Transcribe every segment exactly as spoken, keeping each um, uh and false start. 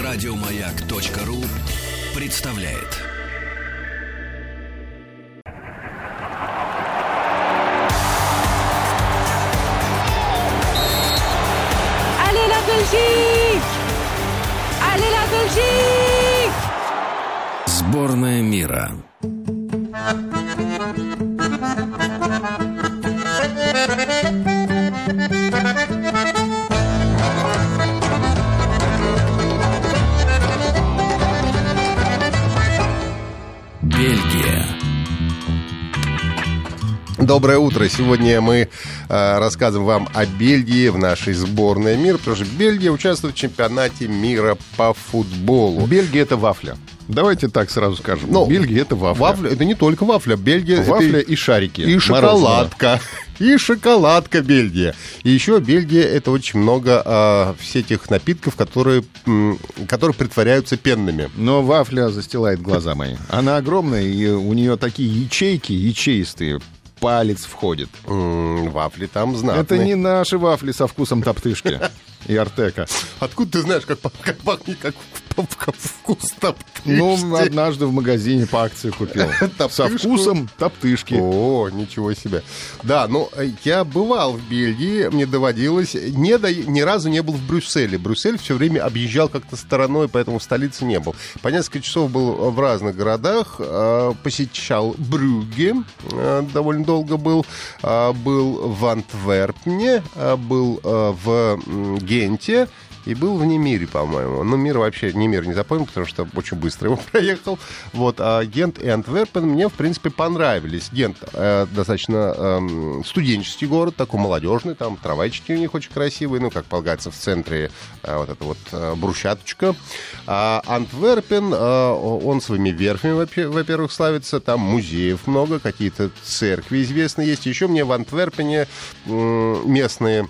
Радиомаяк.ру представляет. Allez la Belgique! Allez la Belgique! Сборная мира. Бельгия. Доброе утро. Сегодня мы э, рассказываем вам о Бельгии в нашей сборной мира, потому что Бельгия участвует в чемпионате мира по футболу. Бельгия — это вафля. Давайте так сразу скажем. Но Бельгия — это вафля. Вафля — это не только вафля. Бельгия — Вафля это и шарики. и шоколадка. И шоколадка Бельгия. И еще Бельгия — это очень много э, всяких напитков, которые, м, которые притворяются пенными. Но вафля застилает глаза мои. Она огромная, и у нее такие ячейки, ячеистые. Палец входит. М, вафли там знатные. Это не наши вафли со вкусом топтышки и артека. Откуда ты знаешь, как, как пахнет, как, как вкус топтышки? Ну, однажды в магазине по акции купил. Со вкусом топтышки. О, ничего себе. Да, ну, я бывал в Бельгии, мне доводилось. Не до, ни разу не был в Брюсселе. Брюссель все время объезжал как-то стороной, поэтому в столице не был. По несколько часов был в разных городах. Посещал Брюгге, довольно долго был. Был в Антверпене, был в Генте. И был в Немире, по-моему. Ну, Мир вообще, Немир не запомнил, потому что очень быстро его проехал. Вот, а Гент и Антверпен мне, в принципе, понравились. Гент э, достаточно э, студенческий город, такой молодежный, там трамвайчики у них очень красивые, ну, как полагается, в центре э, вот эта вот э, брусчаточка. А Антверпен, э, он своими верфями, во-первых, славится, там музеев много, какие-то церкви известные есть. Еще мне в Антверпене э, местные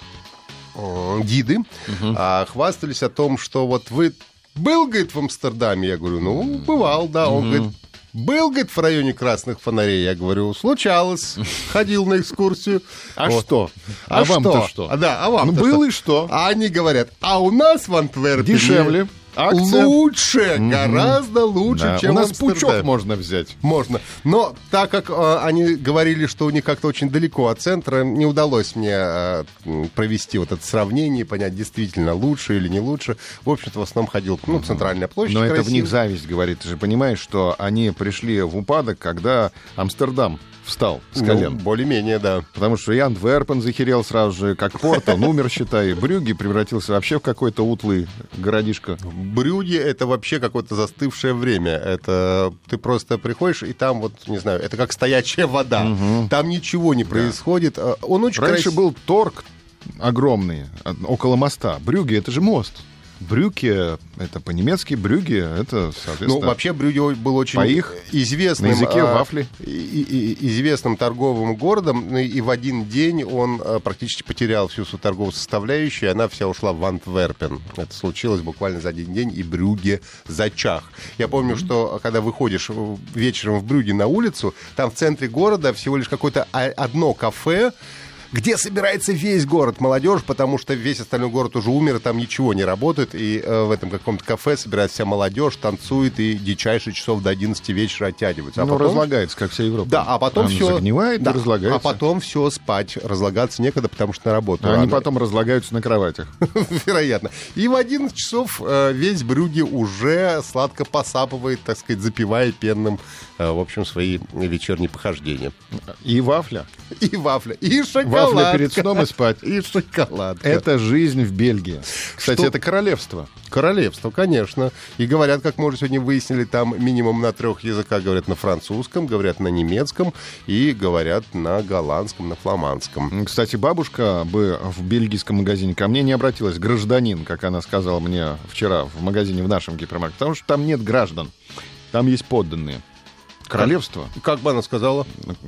гиды uh-huh. а, хвастались о том, что вот вы был, говорит, в Амстердаме? Я говорю, ну, бывал, да. Он uh-huh. говорит, был, говорит, в районе красных фонарей? Я говорю, случалось, ходил на экскурсию. А вот. Что? А, а что? вам-то что? А, да, а вам-то ну, было что? и что? А они говорят, а у нас в Антверпене дешевле. Акция. Лучше, mm-hmm. гораздо лучше, да. чем у нас в Амстердаме. пучок можно взять. Можно. Но так как э, они говорили, что у них как-то очень далеко от центра, не удалось мне э, провести вот это сравнение, понять, действительно лучше или не лучше. В общем-то, в основном ходил, ну, центральная площадь. Но красивая. Это в них зависть, говорит. Ты же понимаешь, что они пришли в упадок, когда Амстердам встал с колен. Ну, более-менее, да. Потому что и Антверпен захерел сразу же, как порт, он умер, считай. Брюгге превратился вообще в какой-то утлый городишко. Брюгге — это вообще какое-то застывшее время. Это ты просто приходишь, и там вот, не знаю, это как стоячая вода. Угу. Там ничего не происходит. Да. Он очень Раньше красив... был торг огромный около моста. Брюгге — это же мост. Брюгге — это по-немецки, Брюгге — это, соответственно... Ну, вообще, Брюгге был очень по их, известным... на языке а, вафли. И, и, известным торговым городом, и в один день он а, практически потерял всю свою торговую составляющую, и она вся ушла в Антверпен. Это случилось буквально за один день, и Брюгге зачах. Я помню, mm-hmm. что когда выходишь вечером в Брюгге на улицу, там в центре города всего лишь какое-то одно кафе, где собирается весь город, молодежь, потому что весь остальной город уже умер, и там ничего не работает, и э, в этом каком-то кафе собирается вся молодежь, танцует, и дичайше часов до одиннадцати вечера оттягивается. А ну, потом... разлагается, как вся Европа. Да, а потом Она все... загнивает да, и разлагается. А потом все спать, разлагаться некогда, потому что на работу. А рано. они потом разлагаются на кроватях. Вероятно. И в одиннадцать часов э, весь Брюгге уже сладко посапывает, так сказать, запивая пенным, э, в общем, свои вечерние похождения. И вафля. И вафля. И шоколадка. Вафля перед сном и спать. И шоколадка. Это жизнь в Бельгии. Кстати, Что? это королевство. Королевство, конечно. И говорят, как мы уже сегодня выяснили, там минимум на трех языках говорят: на французском, говорят на немецком и говорят на голландском, на фламандском. Кстати, бабушка бы в бельгийском магазине ко мне не обратилась, гражданин, как она сказала мне вчера в магазине в нашем гипермаркете, потому что там нет граждан, там есть подданные. Королевство. Как, как бы она сказала?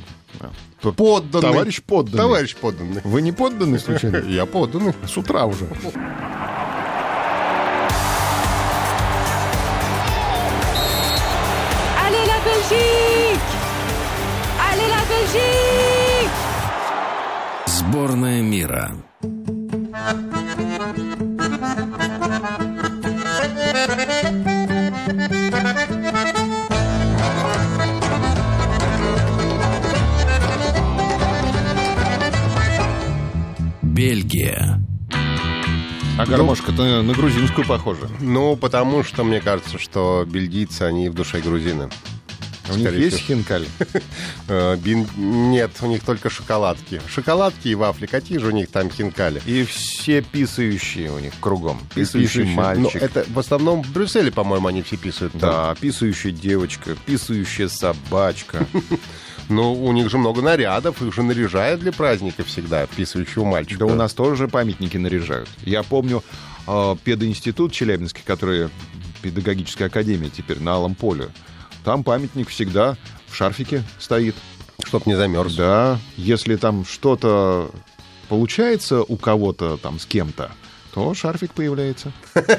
Подданный. Товарищ подданный. Товарищ подданный. Вы не подданный, случайно? Я подданный. С утра уже. Allez la Belgique! Allez la Belgique! Сборная мира. Бельгия. А гармошка-то на грузинскую похожа. Ну, потому что, мне кажется, что бельгийцы, они в душе грузины. У них Скорее есть всего. хинкали? Э, бин- Нет, у них только шоколадки. Шоколадки и вафли. Какие же у них там хинкали? И все писающие у них кругом. Писающий Ну, мальчик. это в основном в Брюсселе, по-моему, они все писают. там. Да, писающая девочка, писающая собачка. Ну, у них же много нарядов, их же наряжают для праздника всегда, писающего мальчика. Да у нас тоже памятники наряжают. Я помню э, пединститут Челябинский, который педагогическая академия теперь на Алом поле. Там памятник всегда в шарфике стоит. Чтоб не замерз. Да, если там что-то получается у кого-то там с кем-то, то шарфик появляется.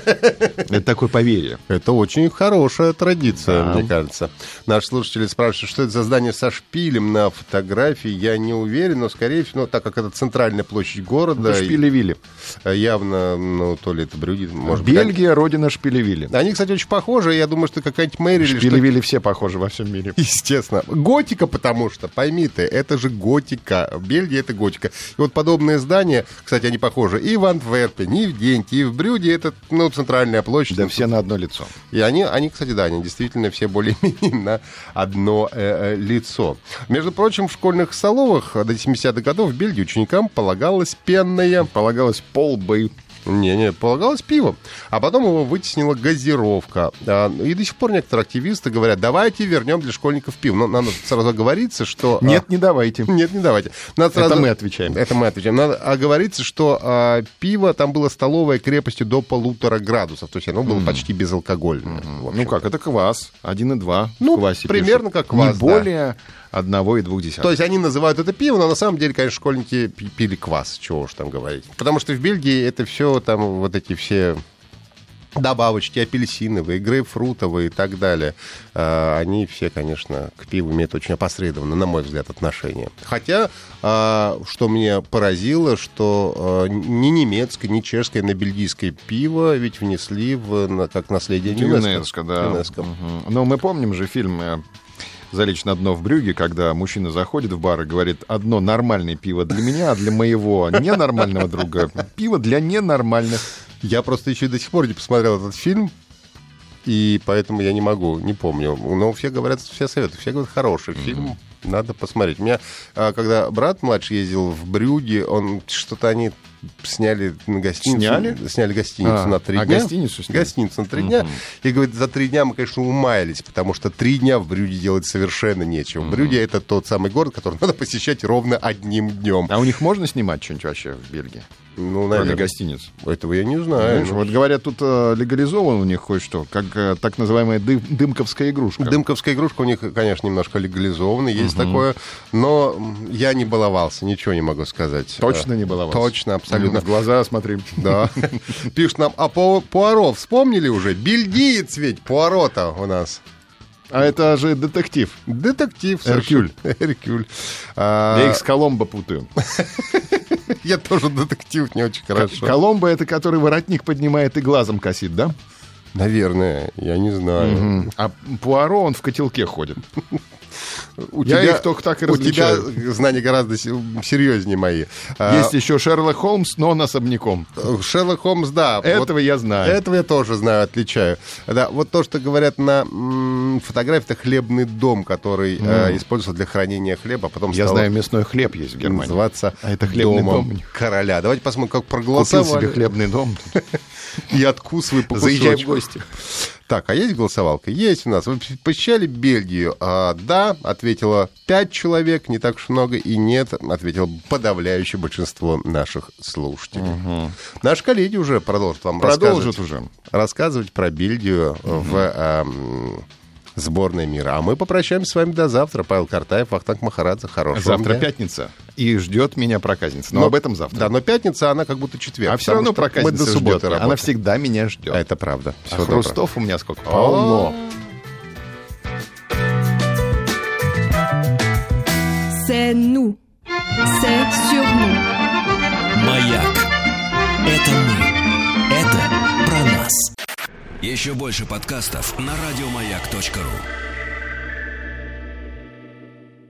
Это такое поверье. Это очень хорошая традиция, Да. мне кажется. Наши слушатели спрашивают, что это за здание со шпилем на фотографии. Я не уверен, но, скорее всего, ну, так как это центральная площадь города, Это Шпилевили. и явно, ну, то ли это Брюгге, может быть. Бельгия — родина Шпилевили. Они, кстати, очень похожи. Я думаю, что какая-нибудь мэрия или что-то. Шпилевили все похожи во всем мире. Естественно. Готика, потому что, пойми ты, это же готика. Бельгия — это готика. И вот подобные здания, кстати, они похожи и в Антверпене, и в Генте, и в Брюгге. Это, ну, центральная площадь. Да все на одно лицо. И они, они, кстати, да, они действительно все более-менее на одно э, э, лицо. Между прочим, в школьных столовых до семидесятых годов в Бельгии ученикам полагалось пенное... Полагалось полбы. Не-не, полагалось пиво. А потом его вытеснила газировка. А, И до сих пор некоторые активисты говорят, давайте вернем для школьников пиво. Но надо сразу оговориться, что... Нет, а, не давайте. Нет, не давайте. Надо Это сразу- мы отвечаем. Это мы отвечаем. Надо оговориться, что а, пиво там было столовое крепостью до полутора градусов. То есть оно было почти безалкогольное. в общем. Ну как, это квас. Один и два Ну, в квасе примерно пишут. как квас, Не да. более одного и двух десятых. То есть они называют это пиво, но на самом деле, конечно, школьники пи- пили квас, чего уж там говорить. Потому что в Бельгии это все там вот эти все добавочки апельсиновые, грейпфрутовые и так далее. А, они все, конечно, к пиву имеют очень опосредованно, на мой взгляд, отношение. Хотя, а, что меня поразило, что а, ни немецкое, ни чешское, ни бельгийское пиво ведь внесли в, на- как наследие ЮНЕСКО. ЮНЕСКО, да. ЮНЕСКо. Мгм. Но мы помним же фильм э, «Залечь на дно в Брюгге», когда мужчина заходит в бар и говорит: одно нормальное пиво для меня, а для моего ненормального друга пиво для ненормальных. Я просто еще до сих пор не посмотрел этот фильм, и поэтому я не могу, не помню. Но все говорят, все советуют, все говорят, хороший фильм, надо посмотреть. У меня, а, когда брат младший ездил в Брюгге, он что-то они сняли на гостиницу. Сняли? Сняли гостиницу А, на три а дня. гостиницу сняли? Гостиницу на три дня. И говорит, за три дня мы, конечно, умаялись, потому что три дня в Брюгге делать совершенно нечего. Брюгге — это тот самый город, который надо посещать ровно одним днем. А у них можно снимать что-нибудь вообще в Бельгии? Ну, Кроме наверное. гостиниц. Этого я не знаю. Знаешь, вот говорят, тут э, легализовано у них кое-что, как э, так называемая дым- дымковская игрушка. Дымковская игрушка у них, конечно, немножко легализована, есть такое, но я не баловался, ничего не могу сказать. Точно Э, не баловался? Точно, абсолютно. В глаза смотри. Да. Пишут нам, а Пу- Пуаро вспомнили уже? Бельгиец ведь Пуаро-то у нас. А это же детектив. Детектив. Эркюль. совершенно. Эркюль. А, Я их с Коломбо путаю. Я тоже детектив, не очень хорошо. Коломбо — это который воротник поднимает и глазом косит, да? Наверное, я не знаю. А Пуаро, он в котелке ходит. У Я тебя- их только так и У тебя различаю. знания гораздо се- серьезнее мои. А, Есть еще Шерлок Холмс, но он особняком. Шерлок Холмс, да. Этого я знаю. Этого я тоже знаю, отличаю. Да, вот то, что говорят на м, фотографии, это хлебный дом, который э, используется для хранения хлеба, а потом Я стал знаю, мясной хлеб есть в Германии. называться А это хлебный домом дом. короля. Давайте посмотрим, как Купил проголосовали. себе хлебный дом. И откусывай по Заезжай в кусочку. гости. Так, а есть голосовалка? Есть у нас. Вы посещали Бельгию? А, да, ответило пять человек, не так уж много, и нет, ответило подавляющее большинство наших слушателей. Наши коллеги уже продолжат вам Продолжат рассказывать, уже. рассказывать про Бельгию в ам, сборной мира. А мы попрощаемся с вами до завтра. Павел Картаев, Вахтанг Махарадзе. Хорошего Завтра дня. пятница. И ждет меня проказница. Но, об этом завтра. Да, но пятница, она как будто четверг. А все потому равно что мы проказница до субботы ждет. Она работаем. всегда меня ждет. Это правда. А Всего доброго. хрустов у меня сколько? Полно. C'est nous. C'est sur nous. Маяк. Это мы. Это про нас. Еще больше подкастов на радиомаяк точка ру.